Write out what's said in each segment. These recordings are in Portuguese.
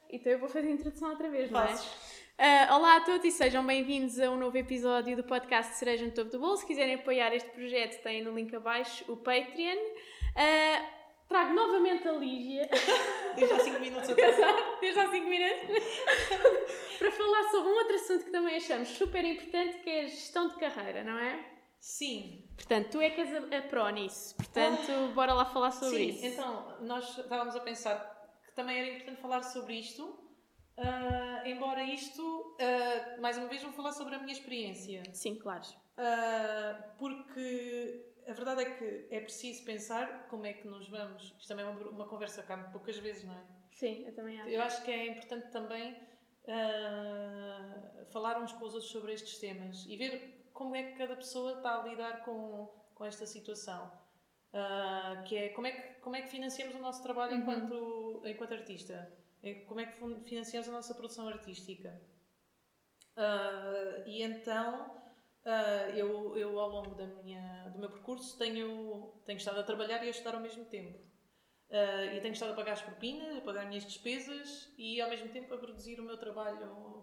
Então eu vou fazer a introdução outra vez, não é? Fazes. Olá a todos e sejam bem-vindos a um novo episódio do podcast Cereja no Topo do Bolo. Se quiserem apoiar este projeto, têm no link abaixo o Patreon. Trago novamente a Lígia. Desde há 5 minutos atrás. Exato, desde há 5 minutos. Para falar sobre um outro assunto que também achamos super importante, que é a gestão de carreira, não é? Sim. Portanto, tu é que és a pró nisso. Portanto, bora lá falar sobre isso. Sim, então, nós estávamos a pensar que também era importante falar sobre isto. Embora isto, mais uma vez, vou falar sobre a minha experiência. Sim, claro. Porque a verdade é que é preciso pensar como é que nos vamos. Isto também é uma conversa que há poucas vezes, não é? Sim, eu também acho. Eu acho que é importante também falar uns com os outros sobre estes temas e ver como é que cada pessoa está a lidar com esta situação. Que é como é que financiamos o nosso trabalho enquanto artista. Como é que financiamos a nossa produção artística. E então, eu ao longo do meu percurso tenho estado a trabalhar e a estudar ao mesmo tempo. E tenho estado a pagar as propinas, a pagar as minhas despesas e ao mesmo tempo a produzir o meu trabalho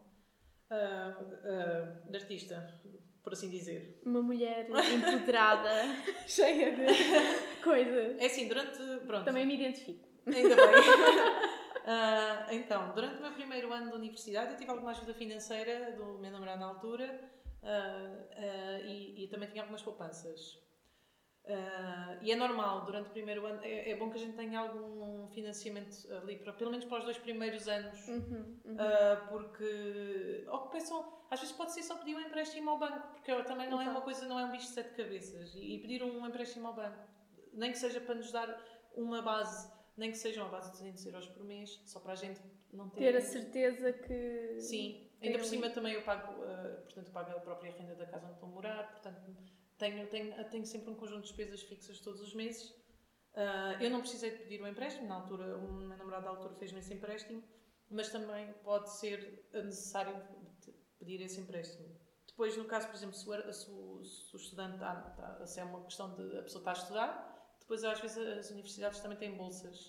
de artista, por assim dizer. Uma mulher empoderada, cheia de coisas. É assim, pronto. Também me identifico. Ainda bem. Então, durante o meu primeiro ano de universidade eu tive alguma ajuda financeira do meu namorado na altura e também tinha algumas poupanças. E é normal, durante o primeiro ano, é bom que a gente tenha algum financiamento ali, pelo menos para os 2 primeiros anos, porque, ou que pensam, às vezes pode ser só pedir um empréstimo ao banco, porque também não é uma coisa, não é um bicho de 7 cabeças, e pedir um empréstimo ao banco, nem que seja para nos dar uma base, nem que seja uma base de 200 euros por mês, só para a gente não ter a certeza que... Sim, ainda por cima também eu pago, portanto, pago a própria renda da casa onde estou a morar, portanto... Tenho sempre um conjunto de despesas fixas todos os meses. Eu não precisei de pedir um empréstimo. Na altura, o meu namorado da altura fez-me esse empréstimo, mas também pode ser necessário pedir esse empréstimo. Depois, no caso, por exemplo, se o estudante se é uma questão de a pessoa está a estudar, depois às vezes as universidades também têm bolsas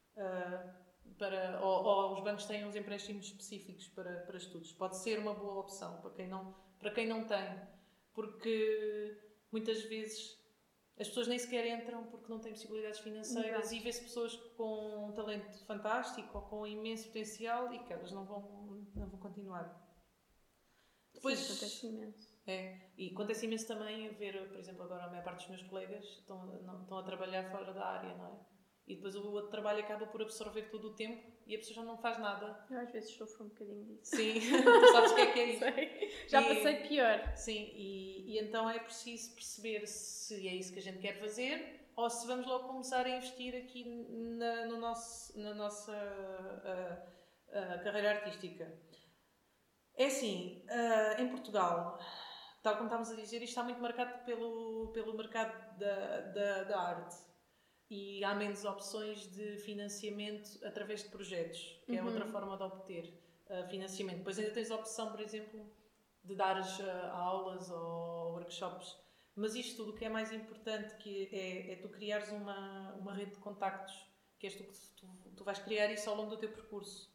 ou os bancos têm uns empréstimos específicos para estudos. Pode ser uma boa opção para quem não tem, porque muitas vezes as pessoas nem sequer entram porque não têm possibilidades financeiras. Exato. E vê-se pessoas com um talento fantástico ou com imenso potencial e que elas não vão continuar. Depois, sim, acontece imenso. E acontece imenso também ver, por exemplo, agora a maior parte dos meus colegas estão a trabalhar fora da área, não é? E depois o outro trabalho acaba por absorver todo o tempo e a pessoa já não faz nada. Eu às vezes sofro um bocadinho disso. Sim, tu sabes o que é isso. Sei. Já passei pior. Sim, e então é preciso perceber se é isso que a gente quer fazer ou se vamos logo começar a investir aqui na nossa carreira artística. É assim, em Portugal, tal como estávamos a dizer, isto está muito marcado pelo mercado da arte. E há menos opções de financiamento através de projetos, que é outra forma de obter financiamento. Depois ainda tens a opção, por exemplo, de dares aulas ou workshops. Mas isto tudo, o que é mais importante que é tu criares uma rede de contactos, que és tu vais criar isso ao longo do teu percurso.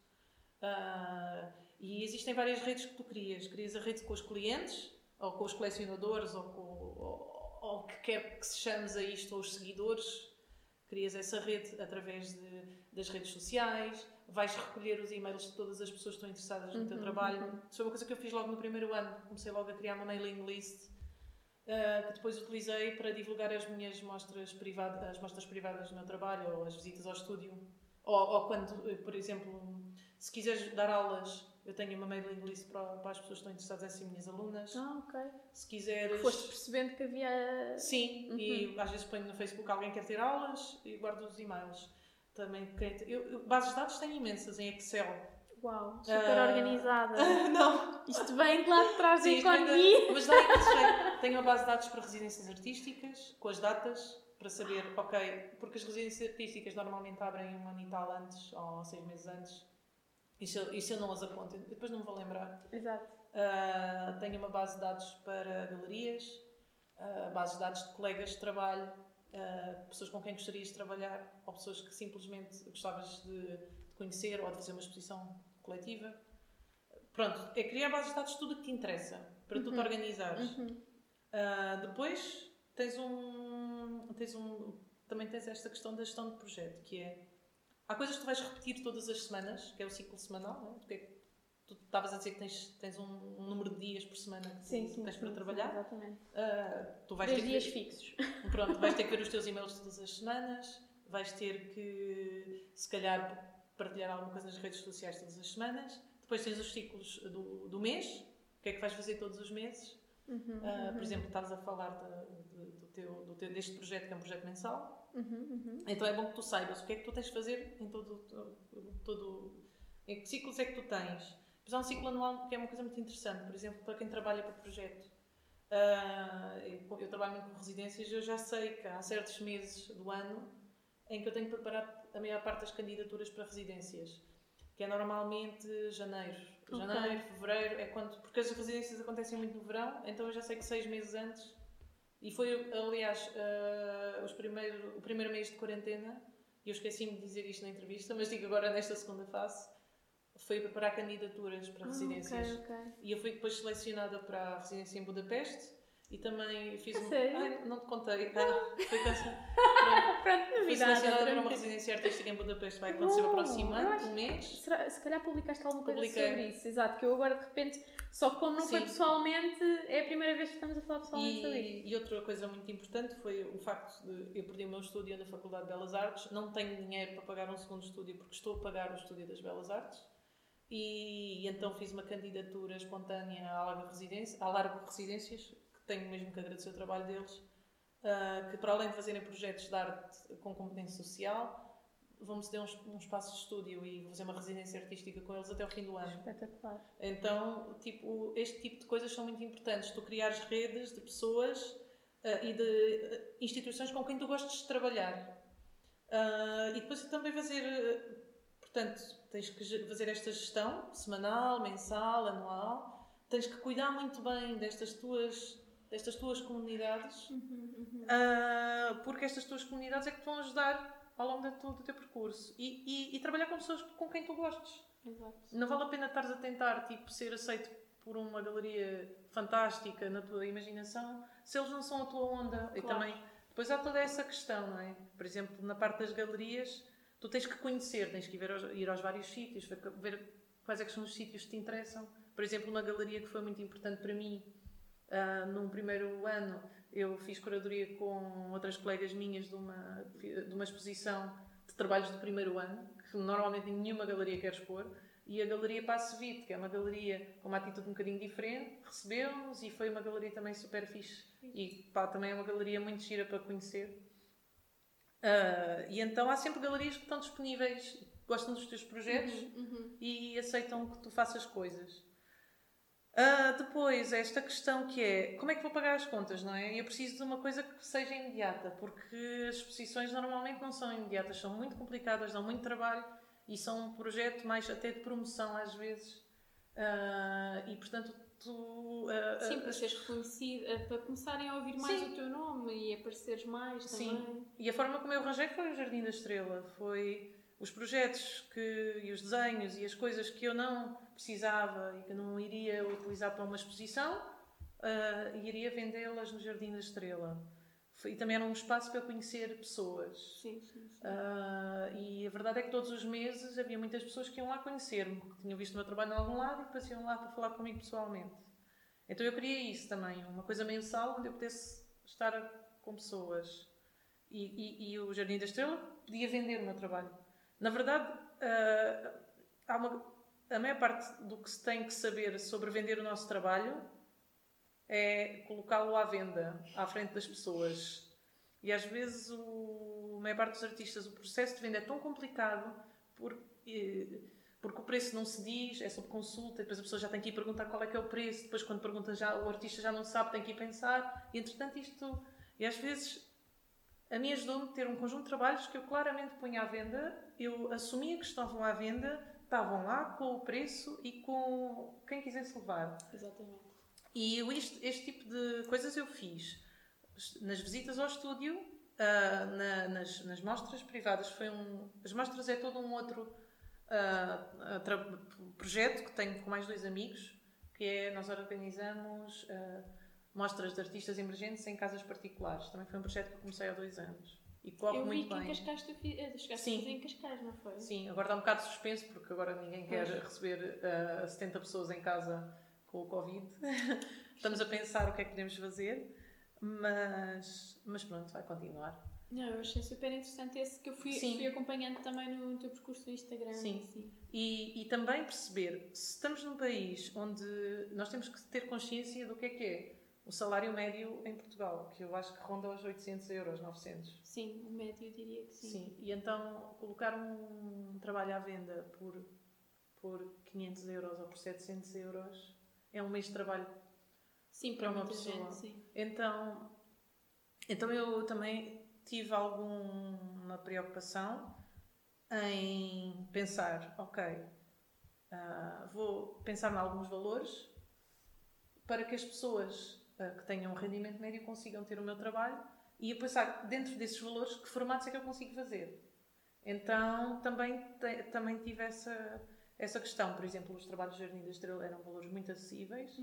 E existem várias redes que tu crias. Crias a rede com os clientes, ou com os colecionadores, ou o que quer que se chames a isto, ou os seguidores. Crias essa rede através das redes sociais, vais recolher os e-mails de todas as pessoas que estão interessadas no teu trabalho. Isso foi uma coisa que eu fiz logo no primeiro ano. Comecei logo a criar uma mailing list que depois utilizei para divulgar as minhas mostras privadas do meu trabalho ou as visitas ao estúdio. Ou quando, por exemplo, se quiseres dar aulas, eu tenho uma mailing list para as pessoas que estão interessadas em ser minhas alunas. Ok. Se quiseres... Foste percebendo que havia... Sim, e às vezes ponho no Facebook alguém quer ter aulas e guardo os e-mails. Também, bases de dados tenho imensas em Excel. Uau, super organizada. Não. Isto vem de lá de trás da economia. Mas dá imenso jeito. Tenho uma base de dados para residências artísticas, com as datas, para saber, porque as residências artísticas normalmente abrem um ano e tal antes, ou 6 meses antes. E se eu não as aponto, depois não me vou lembrar. Exato. Tenho uma base de dados para galerias, bases de dados de colegas de trabalho, pessoas com quem gostarias de trabalhar, ou pessoas que simplesmente gostavas de conhecer ou de fazer uma exposição coletiva. Pronto, é criar bases de dados de tudo o que te interessa, para tu te organizares. Depois também tens esta questão da gestão de projeto, que é, há coisas que tu vais repetir todas as semanas, que é o ciclo semanal, não é? Porque tu estavas a dizer que tens um número de dias por semana que tens para trabalhar. Sim, exatamente. Tu vais ter dias fixos. Pronto, vais ter que ver os teus e-mails todas as semanas, vais ter que, se calhar, partilhar alguma coisa nas redes sociais todas as semanas. Depois tens os ciclos do mês, o que é que vais fazer todos os meses. Por exemplo, estavas a falar deste projeto, que é um projeto mensal. Então é bom que tu saibas o que é que tu tens de fazer em em que ciclos é que tu tens. Depois há um ciclo anual, que é uma coisa muito interessante. Por exemplo, para quem trabalha para projeto. Eu trabalho muito com residências, eu já sei que há certos meses do ano em que eu tenho que preparar a maior parte das candidaturas para residências, que é normalmente janeiro, fevereiro, é quando, porque as residências acontecem muito no verão, então eu já sei que 6 meses antes, e foi aliás o primeiro mês de quarentena, e eu esqueci-me de dizer isto na entrevista, mas digo agora nesta segunda fase, foi preparar candidaturas para residências. E eu fui depois selecionada para a residência em Budapeste e também fiz não te contei. Fui selecionada para uma residência artística em Budapeste, vai acontecer o próximo ano, um mês. Se calhar publicaste alguma coisa sobre isso, exato, que eu agora de repente, só que como não foi pessoalmente, é a primeira vez que estamos a falar pessoalmente sobre isso. E outra coisa muito importante foi o facto de eu perdi o meu estúdio na Faculdade de Belas Artes, não tenho dinheiro para pagar um segundo estúdio porque estou a pagar o estúdio das Belas Artes. E então fiz uma candidatura espontânea à Largo Residências, que tenho mesmo que agradecer o trabalho deles, que para além de fazerem projetos de arte com competência social, vão-me ceder um espaço de estúdio e vou fazer uma residência artística com eles até o fim do ano. Espetacular. Então, este tipo de coisas são muito importantes. Tu criares redes de pessoas e de instituições com quem tu gostes de trabalhar. E depois também fazer... Portanto, tens que fazer esta gestão semanal, mensal, anual. Tens que cuidar muito bem destas tuas comunidades, porque estas tuas comunidades é que te vão ajudar ao longo do teu percurso. E trabalhar com pessoas com quem tu gostes. Exato. Não vale a pena estares a tentar ser aceito por uma galeria fantástica na tua imaginação se eles não são a tua onda. Claro. E também, depois há toda essa questão, não é? Por exemplo, na parte das galerias... Tu tens que conhecer, tens que ir aos vários sítios, ver quais é que são os sítios que te interessam. Por exemplo, uma galeria que foi muito importante para mim, num primeiro ano, eu fiz curadoria com outras colegas minhas de uma exposição de trabalhos do primeiro ano, que normalmente nenhuma galeria quer expor, e a Galeria Passo Vite, que é uma galeria com uma atitude um bocadinho diferente, recebeu-nos e foi uma galeria também super fixe. E também é uma galeria muito gira para conhecer. E então há sempre galerias que estão disponíveis, gostam dos teus projetos e aceitam que tu faças coisas. Depois, esta questão que é, como é que vou pagar as contas, não é? Eu preciso de uma coisa que seja imediata, porque as exposições normalmente não são imediatas, são muito complicadas, dão muito trabalho e são um projeto mais até de promoção às vezes. E portanto... Sim, para seres reconhecido, para começarem a ouvir mais o teu nome e apareceres mais também. Sim, e a forma como eu arranjei foi o Jardim da Estrela, foi os projetos e os desenhos e as coisas que eu não precisava e que não iria utilizar para uma exposição, iria vendê-las no Jardim da Estrela. E também era um espaço para eu conhecer pessoas. Sim. E a verdade é que todos os meses havia muitas pessoas que iam lá conhecer-me, que tinham visto o meu trabalho em algum lado e depois iam lá para falar comigo pessoalmente. Então eu queria isso também, uma coisa mensal onde eu pudesse estar com pessoas. E o Jardim da Estrela podia vender o meu trabalho. Na verdade, a maior parte do que se tem que saber sobre vender o nosso trabalho é colocá-lo à venda, à frente das pessoas. E às vezes, a maior parte dos artistas, o processo de venda é tão complicado porque o preço não se diz, é sob consulta, e depois a pessoa já tem que ir perguntar qual é que é o preço, depois quando pergunta o artista já não sabe, tem que ir pensar, e entretanto e às vezes a mim ajudou-me a ter um conjunto de trabalhos que eu claramente punha à venda, eu assumia que estavam à venda, estavam lá com o preço e com quem quisesse levar. Exatamente. E este tipo de coisas eu fiz nas visitas ao estúdio, nas mostras privadas. As mostras é todo um outro projeto que tenho com mais 2 amigos, que é, nós organizamos mostras de artistas emergentes em casas particulares. Também foi um projeto que eu comecei há 2 anos. E corre eu vi muito que bem. em Cascais tu chegaste a fazer em Cascais, não foi? Sim, agora está um bocado suspenso, porque agora ninguém quer receber 70 pessoas em casa com o Covid. Estamos a pensar o que é que podemos fazer, mas pronto, vai continuar. Não, eu achei super interessante esse que eu fui acompanhando também no teu percurso no Instagram. Sim. Assim. E também perceber, se estamos num país onde nós temos que ter consciência do que é o salário médio em Portugal, que eu acho que ronda aos 800 euros, 900. Sim, o médio eu diria que sim. Sim, e então colocar um trabalho à venda por 500 euros ou por 700 euros é um mês de trabalho. Sim, para uma pessoa. Gente, sim. Então eu também tive alguma preocupação em pensar, vou pensar em alguns valores para que as pessoas que tenham um rendimento médio consigam ter o meu trabalho e a pensar dentro desses valores que formatos é que eu consigo fazer. Então também tive essa questão. Por exemplo, os trabalhos de Jardim da Estrela eram valores muito acessíveis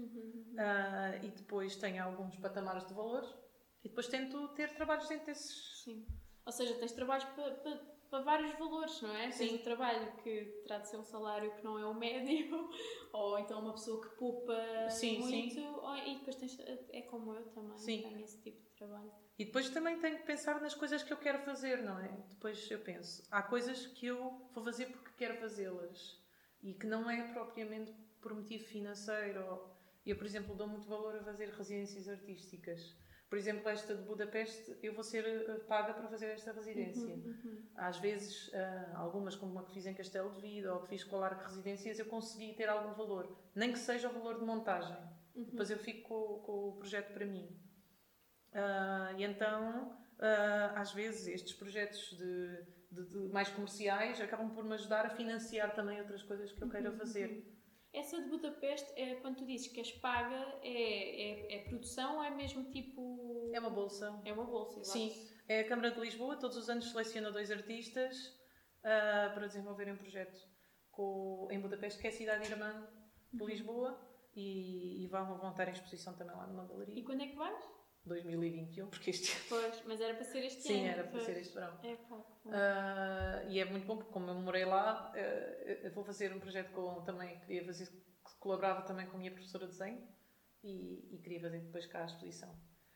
e depois tenho alguns patamares de valores e depois tento ter trabalhos dentro desses. Sim. Ou seja, tens trabalhos para vários valores, não é? Sim. Tens o trabalho que terá de ser um salário que não é o médio, ou então uma pessoa que poupa muito, e depois tens, é como eu também, tenho esse tipo de trabalho. E depois também tenho que pensar nas coisas que eu quero fazer, não é? Depois eu penso, há coisas que eu vou fazer porque quero fazê-las e que não é propriamente por motivo financeiro. Eu, por exemplo, dou muito valor a fazer residências artísticas. Por exemplo, esta de Budapeste, eu vou ser paga para fazer esta residência. Às vezes, algumas, como a que fiz em Castelo de Vida ou a que fiz com a Largo Residências, eu consegui ter algum valor. Nem que seja o valor de montagem. Depois eu fico com o projeto para mim. E então, às vezes, estes projetos de mais comerciais acabam por me ajudar a financiar também outras coisas que eu queira fazer. Essa de Budapeste, quando tu dizes que és paga, é produção ou é mesmo tipo... É uma bolsa. É uma bolsa, exato. Sim, é a Câmara de Lisboa, todos os anos seleciona 2 artistas para desenvolverem um projeto em Budapeste, que é a cidade irmã de Lisboa, e vão estar em exposição também lá numa galeria. E quando é que vais? 2021, porque este ano... Pois, mas era para ser este ano. Sim, era para ser este verão. E é muito bom, porque como eu morei lá, eu vou fazer um projeto também queria fazer, que colaborava também com a minha professora de desenho e queria fazer depois cá a exposição.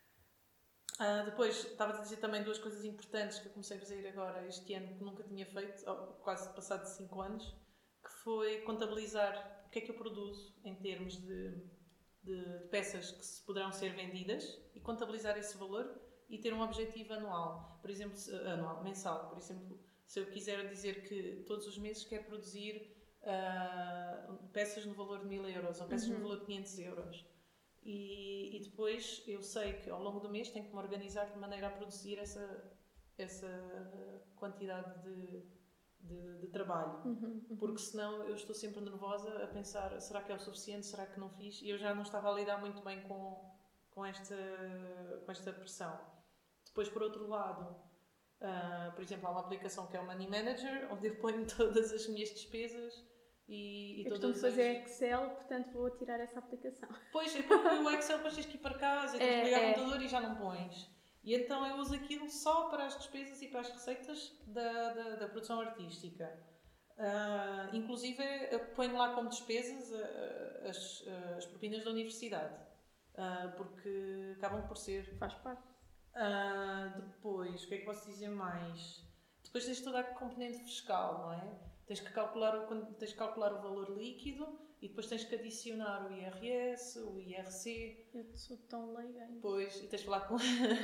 Depois, estava a dizer também 2 coisas importantes que eu comecei a fazer agora este ano, que nunca tinha feito, quase passado 5 anos, que foi contabilizar o que é que eu produzo em termos de peças que poderão ser vendidas e contabilizar esse valor e ter um objetivo anual, por exemplo, mensal. Por exemplo, se eu quiser dizer que todos os meses quero produzir peças no valor de 1000 euros ou peças no valor de 500 euros. E depois eu sei que ao longo do mês tenho que me organizar de maneira a produzir essa quantidade de trabalho. Porque senão eu estou sempre nervosa a pensar, será que é o suficiente, será que não fiz? E eu já não estava a lidar muito bem com esta pressão. Depois, por outro lado, por exemplo, há uma aplicação que é o Money Manager, onde eu ponho todas as minhas despesas e eu costumo fazer Excel, portanto vou tirar essa aplicação. Pois, é porque o Excel depois tens que ir para casa, tens que ligar o computador e já não pões. E então eu uso aquilo só para as despesas e para as receitas da produção artística. Inclusive, eu ponho lá como despesas as propinas da universidade. Porque acabam por ser... Faz parte. Depois, o que é que posso dizer mais? Depois tens toda a componente fiscal, não é? Tens que calcular o valor líquido e depois tens que adicionar o IRS, o IRC. Eu sou tão leiga. Pois, e tens que falar com...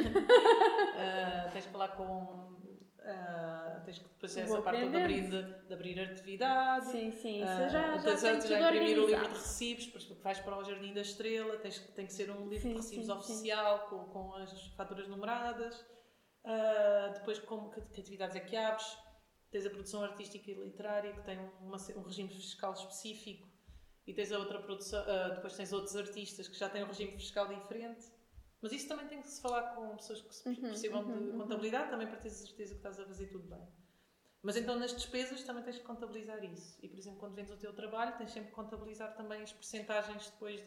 tens que depois essa parte de abrir atividade. Sim, isso já tem tudo imprimir o livro de recibos, porque vais para o Jardim da Estrela, tem que ser um livro de recibos oficial, com as faturas numeradas. Depois, que atividades é que abres? Tens a produção artística e literária, que tem um regime fiscal específico, e tens a outra produção, depois tens outros artistas que já têm um regime fiscal diferente. Mas isso também tem que se falar com pessoas que se percebam de contabilidade, também para teres a certeza que estás a fazer tudo bem. Mas então nas despesas também tens que contabilizar isso. E, por exemplo, quando vendes o teu trabalho, tens sempre que contabilizar também as percentagens depois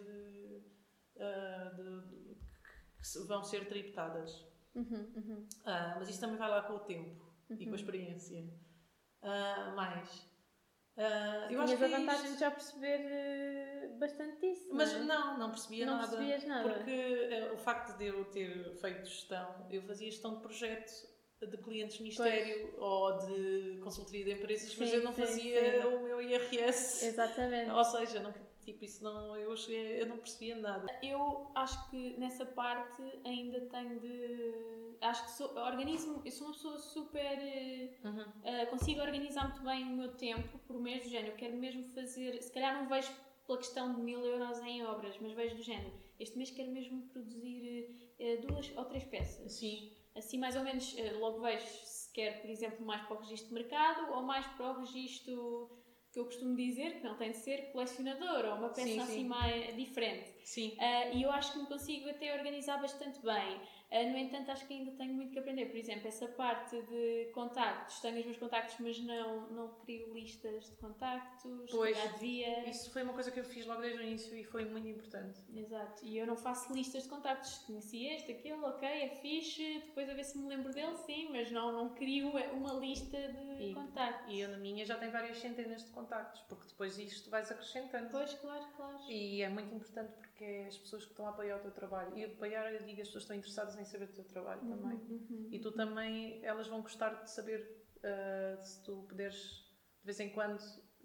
que vão ser tributadas. Mas isso também vai lá com o tempo e com a experiência. Eu acho que a vantagem de já perceber bastante disso. Mas não percebia não nada. Percebias nada. Porque o facto de eu ter feito gestão, eu fazia gestão de projeto de clientes de ministério ou de consultoria de empresas, mas eu não fazia o meu IRS. Exatamente. Ou seja, eu não percebia nada. Eu acho que nessa parte ainda tenho de... Acho que eu sou uma pessoa super... consigo organizar muito bem o meu tempo por mês do género. Eu quero mesmo fazer... Se calhar não vejo pela questão de 1000 euros em obras, mas vejo do género. Este mês quero mesmo produzir 2 ou 3 peças. Sim. Assim, mais ou menos, logo vejo se quer, por exemplo, mais para o registro de mercado ou mais para o registro que eu costumo dizer, que não tem de ser colecionador ou uma peça assim mais diferente. Sim. E eu acho que me consigo até organizar bastante bem. No entanto, acho que ainda tenho muito que aprender. Por exemplo, essa parte de contactos. Tenho os meus contactos, mas não crio listas de contactos. Pois, já devia. Isso foi uma coisa que eu fiz logo desde o início e foi muito importante. Exato. E eu não faço listas de contactos. Conheci este, aquele, ok, é fixe. Depois a ver se me lembro dele, sim. Mas não crio uma lista de contactos. E eu na minha já tenho várias centenas de contactos. Porque depois isto vais acrescentando. Pois, claro. E é muito importante porque é as pessoas que estão a apoiar o teu trabalho. E apoiar, eu digo, as pessoas estão interessadas em saber do teu trabalho também. E tu também, elas vão gostar de saber se tu puderes, de vez em quando...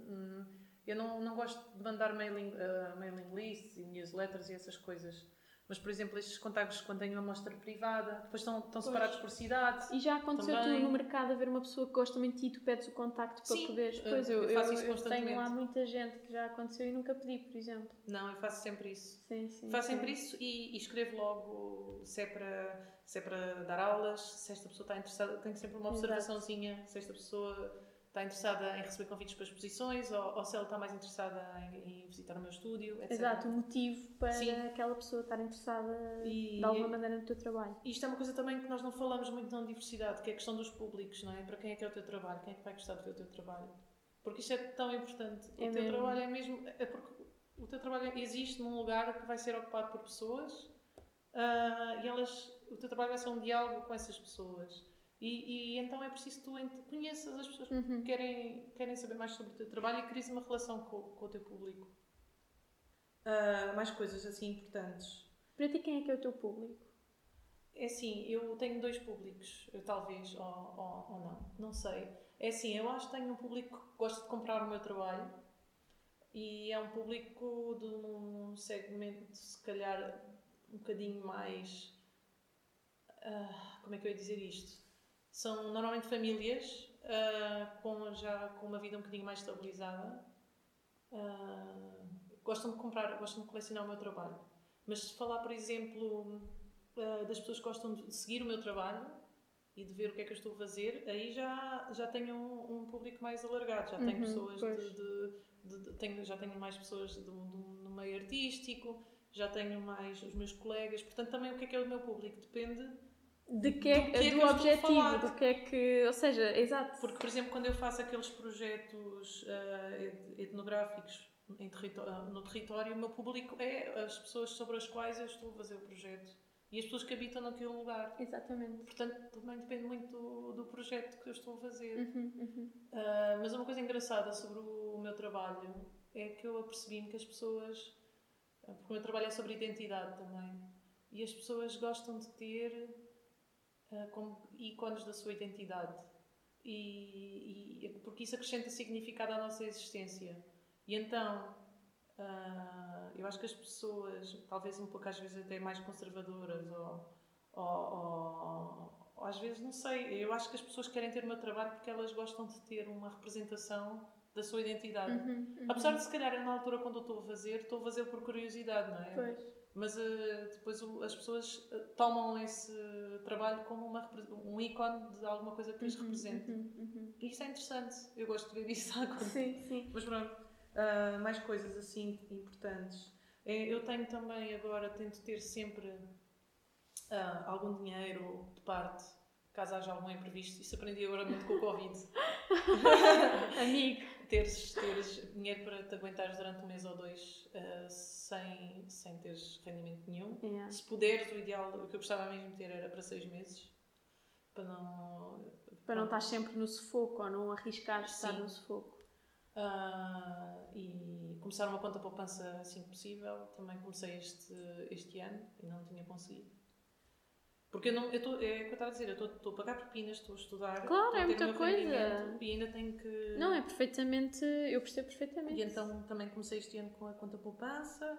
eu não gosto de mandar mailing lists e newsletters e essas coisas. Mas, por exemplo, estes contactos, quando têm uma amostra privada, depois estão separados por cidade. E já aconteceu tu no mercado haver uma pessoa que gosta muito de ti e tu pedes o contacto para poderes... Pois, eu faço isso constantemente. Tenho lá muita gente que já aconteceu e nunca pedi, por exemplo. Não, eu faço sempre isso. Sim. Faço sempre isso e escrevo logo se é para dar aulas, se esta pessoa está interessada. Tenho sempre uma observaçãozinha, se esta pessoa está interessada em receber convites para exposições ou se ela está mais interessada em visitar o meu estúdio, etc. Exato, o motivo para aquela pessoa estar interessada de alguma maneira no teu trabalho. Isto é uma coisa também que nós não falamos muito na diversidade, que é a questão dos públicos, não é? Para quem é que é o teu trabalho? Quem é que vai gostar de ver o teu trabalho? Porque isto é tão importante. O teu trabalho é mesmo... É porque o teu trabalho existe num lugar que vai ser ocupado por pessoas e o teu trabalho vai ser um diálogo com essas pessoas. E então é preciso que tu conheças as pessoas que querem saber mais sobre o teu trabalho e crias uma relação com o teu público. Mais coisas assim importantes. Para ti, quem é que é o teu público? É assim, eu tenho 2 públicos, talvez, ou não sei. É assim, eu acho que tenho um público que gosta de comprar o meu trabalho e é um público de um segmento, se calhar, um bocadinho mais... como é que eu ia dizer isto? São normalmente famílias com uma vida um bocadinho mais estabilizada. Gostam de comprar, gostam de colecionar o meu trabalho. Mas se falar, por exemplo, das pessoas que gostam de seguir o meu trabalho e de ver o que é que eu estou a fazer, aí já tenho um público mais alargado. Já tenho pessoas já tenho mais pessoas no meio artístico, já tenho mais os meus colegas. Portanto, também o que é o meu público? Depende... do objetivo, do que é que... Ou seja, exato. Porque, por exemplo, quando eu faço aqueles projetos etnográficos no território, o meu público é as pessoas sobre as quais eu estou a fazer o projeto. E as pessoas que habitam naquele lugar. Exatamente. Portanto, também depende muito do projeto que eu estou a fazer. Mas uma coisa engraçada sobre o meu trabalho é que eu apercebi-me que as pessoas... Porque o meu trabalho é sobre identidade também. E as pessoas gostam de ter... como ícones da sua identidade e porque isso acrescenta significado à nossa existência e então eu acho que as pessoas talvez um pouco às vezes até mais conservadoras ou às vezes não sei, eu acho que as pessoas querem ter o meu trabalho porque elas gostam de ter uma representação da sua identidade apesar de se calhar na altura quando eu estou a fazer por curiosidade, não é? Pois. Mas depois as pessoas tomam esse trabalho como um ícone de alguma coisa que lhes represente. E isso é interessante. Eu gosto de ver isso acontecer. Sim. Mas pronto, mais coisas assim importantes. Eu tenho também agora, tento ter sempre algum dinheiro de parte caso haja algum imprevisto. Isso aprendi agora muito com o Covid. Amigo. Teres dinheiro para te aguentares durante 1 mês ou 2 sem teres rendimento nenhum. Yeah. Se puderes, o ideal, o que eu gostava mesmo de ter era para 6 meses. Para não estar sempre no sufoco ou não arriscar estar no sufoco. E começar uma conta poupança assim que possível. Também comecei este ano e não tinha conseguido. Porque é o que eu estava a dizer, eu estou a pagar propinas, estou a estudar. Claro, é muita coisa. E ainda tenho que... Não, é perfeitamente... Eu percebo perfeitamente. E então também comecei este ano com a conta poupança.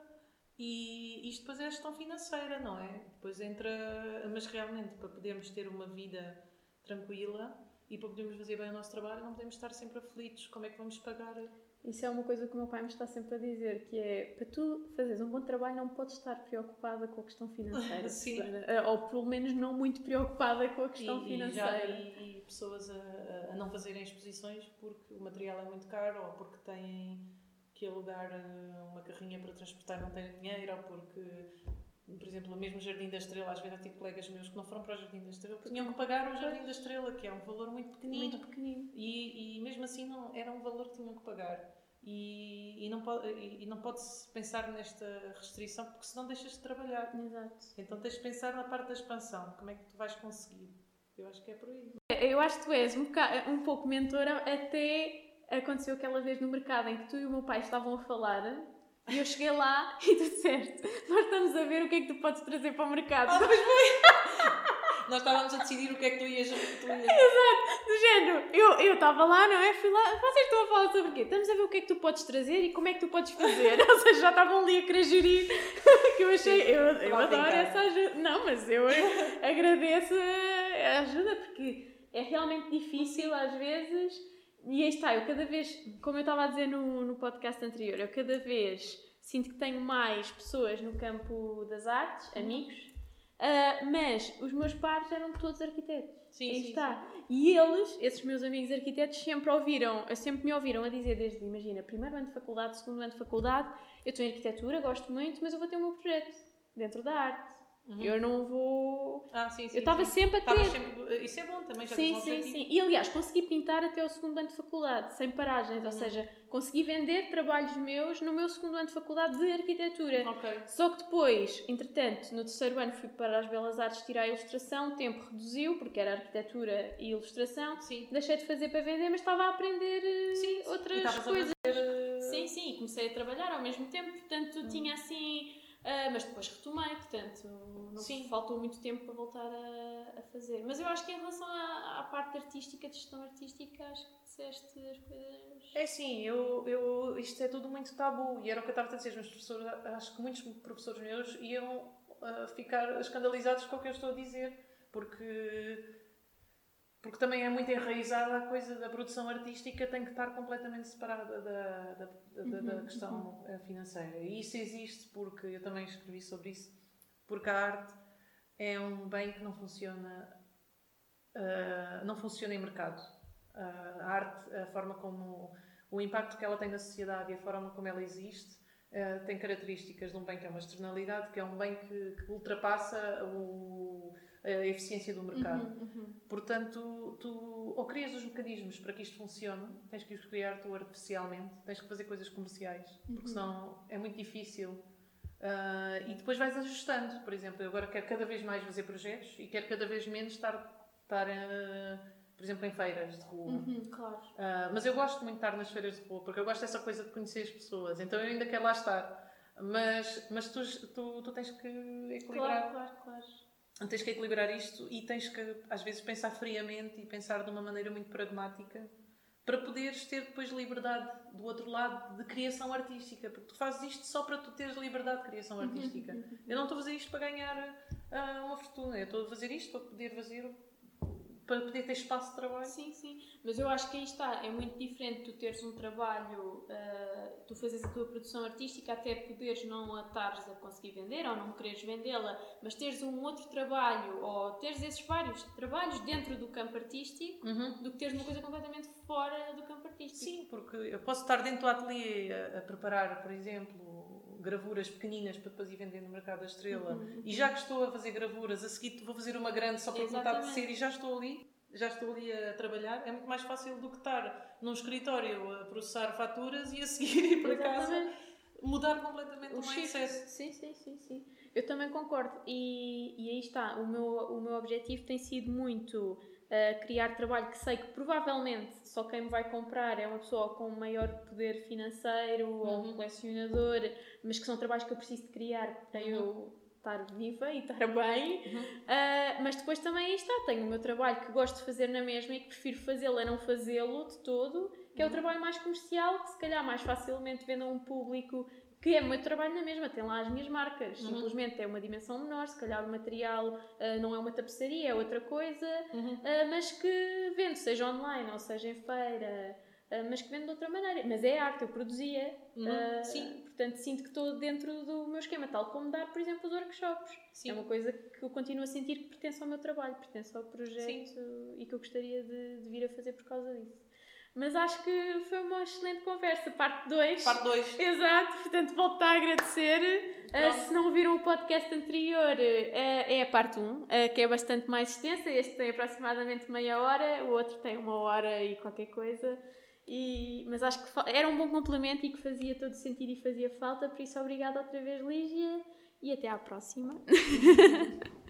E isto depois é a gestão financeira, não é? Depois entra... Mas realmente, para podermos ter uma vida tranquila e para podermos fazer bem o nosso trabalho, não podemos estar sempre aflitos. Como é que vamos pagar? Isso é uma coisa que o meu pai me está sempre a dizer, que é, para tu fazeres um bom trabalho não podes estar preocupada com a questão financeira. Sim. Ou pelo menos não muito preocupada com a questão financeira. E pessoas a não fazerem exposições porque o material é muito caro ou porque têm que alugar uma carrinha para transportar e não têm dinheiro, ou porque, por exemplo, o mesmo Jardim da Estrela, às vezes eu tive colegas meus que não foram para o Jardim da Estrela porque tinham que pagar o Jardim da Estrela, que é um valor muito pequenino. Muito pequenino. E mesmo assim não, era um valor que tinham que pagar. E não pode-se pensar nesta restrição porque senão deixas de trabalhar. Exato. Então tens de pensar na parte da expansão. Como é que tu vais conseguir? Eu acho que é por aí. Eu acho que tu és um pouco mentora. Até aconteceu aquela vez no mercado em que tu e o meu pai estavam a falar e eu cheguei lá e tu disseste: nós estamos a ver o que é que tu podes trazer para o mercado. Pois foi! Nós estávamos a decidir o que é que tu ias... Exato, do género. Eu estava lá, não é? Fui lá, vocês estão a falar sobre o quê? Estamos a ver o que é que tu podes trazer e como é que tu podes fazer. Ou seja, já estavam ali a querer gerir. Que eu achei, eu adoro essa ajuda. Não, mas eu agradeço a ajuda porque é realmente difícil às vezes. E aí está, eu cada vez, como eu estava a dizer no podcast anterior, eu cada vez sinto que tenho mais pessoas no campo das artes, amigos. Mas os meus pares eram todos arquitetos. Sim, está. Sim. E eles, esses meus amigos arquitetos, sempre me ouviram a dizer desde, imagina, primeiro ano de faculdade, segundo ano de faculdade, eu estou em arquitetura, gosto muito, mas eu vou ter o meu projeto dentro da arte. Eu não vou... sim, eu estava sempre a ter... Isso é bom também, já Sim. E aliás, consegui pintar até o segundo ano de faculdade, sem paragens. Ou seja, consegui vender trabalhos meus no meu segundo ano de faculdade de arquitetura. Okay. Só que depois, entretanto, no terceiro ano fui para as Belas Artes tirar a ilustração, o tempo reduziu, porque era arquitetura e ilustração. Sim. Deixei de fazer para vender, mas estava a aprender outras coisas. Sim, comecei a trabalhar ao mesmo tempo, portanto tinha assim... mas depois retomei, portanto não faltou muito tempo para voltar a fazer. Mas eu acho que em relação à parte artística, de gestão artística, acho que disseste as coisas... É sim, isto é tudo muito tabu e era o que eu estava a dizer, os meus professores, acho que muitos professores meus iam ficar escandalizados com o que eu estou a dizer, porque também é muito enraizada a coisa da produção artística, tem que estar completamente separada da questão financeira. E isso existe porque, eu também escrevi sobre isso, porque a arte é um bem que não funciona em mercado. A arte, a forma como... o impacto que ela tem na sociedade e a forma como ela existe tem características de um bem que é uma externalidade, que é um bem que ultrapassa a eficiência do mercado. Portanto, tu ou crias os mecanismos para que isto funcione, tens que os criar tu artificialmente, tens que fazer coisas comerciais, porque senão é muito difícil. E depois vais ajustando. Por exemplo, eu agora quero cada vez mais fazer projetos e quero cada vez menos estar por exemplo, em feiras de rua. Claro. Mas eu gosto muito de estar nas feiras de rua, porque eu gosto dessa coisa de conhecer as pessoas, então eu ainda quero lá estar. Mas tu tens que equilibrar. Claro. Tens que equilibrar isto e tens que, às vezes, pensar friamente e pensar de uma maneira muito pragmática para poderes ter depois liberdade do outro lado de criação artística, porque tu fazes isto só para tu teres liberdade de criação artística. Eu não estou a fazer isto para ganhar uma fortuna, eu estou a fazer isto para poder ter espaço de trabalho. Sim. Mas eu acho que aí está. É muito diferente tu teres um trabalho, tu fazes a tua produção artística até poderes não a estares a conseguir vender ou não quereres vendê-la, mas teres um outro trabalho ou teres esses vários trabalhos dentro do campo artístico do que teres uma coisa completamente fora do campo artístico. Sim, porque eu posso estar dentro do ateliê a preparar, por exemplo, gravuras pequeninas para depois ir vender no Mercado da Estrela. E já que estou a fazer gravuras, a seguir vou fazer uma grande só para voltar a ser e já estou ali a trabalhar. É muito mais fácil do que estar num escritório a processar faturas e a seguir ir para casa. Mudar completamente o mindset. Sim. Eu também concordo. E aí está. O meu objetivo tem sido muito criar trabalho que sei que provavelmente só quem me vai comprar é uma pessoa com maior poder financeiro ou um colecionador, mas que são trabalhos que eu preciso de criar para eu estar viva e estar bem. Mas depois também aí está. Tenho o meu trabalho que gosto de fazer na mesma e que prefiro fazê-lo a não fazê-lo de todo, que é o trabalho mais comercial, que se calhar mais facilmente vende a um público que é o meu trabalho na mesma, tem lá as minhas marcas. Simplesmente é uma dimensão menor, se calhar o material não é uma tapeçaria, é outra coisa, mas que vende, seja online ou seja em feira, mas que vende de outra maneira. Mas é arte, eu produzia. Portanto, sinto que estou dentro do meu esquema, tal como dar, por exemplo, os workshops. Sim. É uma coisa que eu continuo a sentir que pertence ao meu trabalho, pertence ao projeto e que eu gostaria de vir a fazer por causa disso. Mas acho que foi uma excelente conversa. Parte 2. Parte 2. Exato. Portanto, volto a agradecer. Se não ouviram o podcast anterior, é a parte 1, que é bastante mais extensa. Este tem aproximadamente meia hora. O outro tem 1 hora e qualquer coisa. Mas acho que era um bom complemento e que fazia todo sentido e fazia falta. Por isso, obrigada outra vez, Lígia. E até à próxima.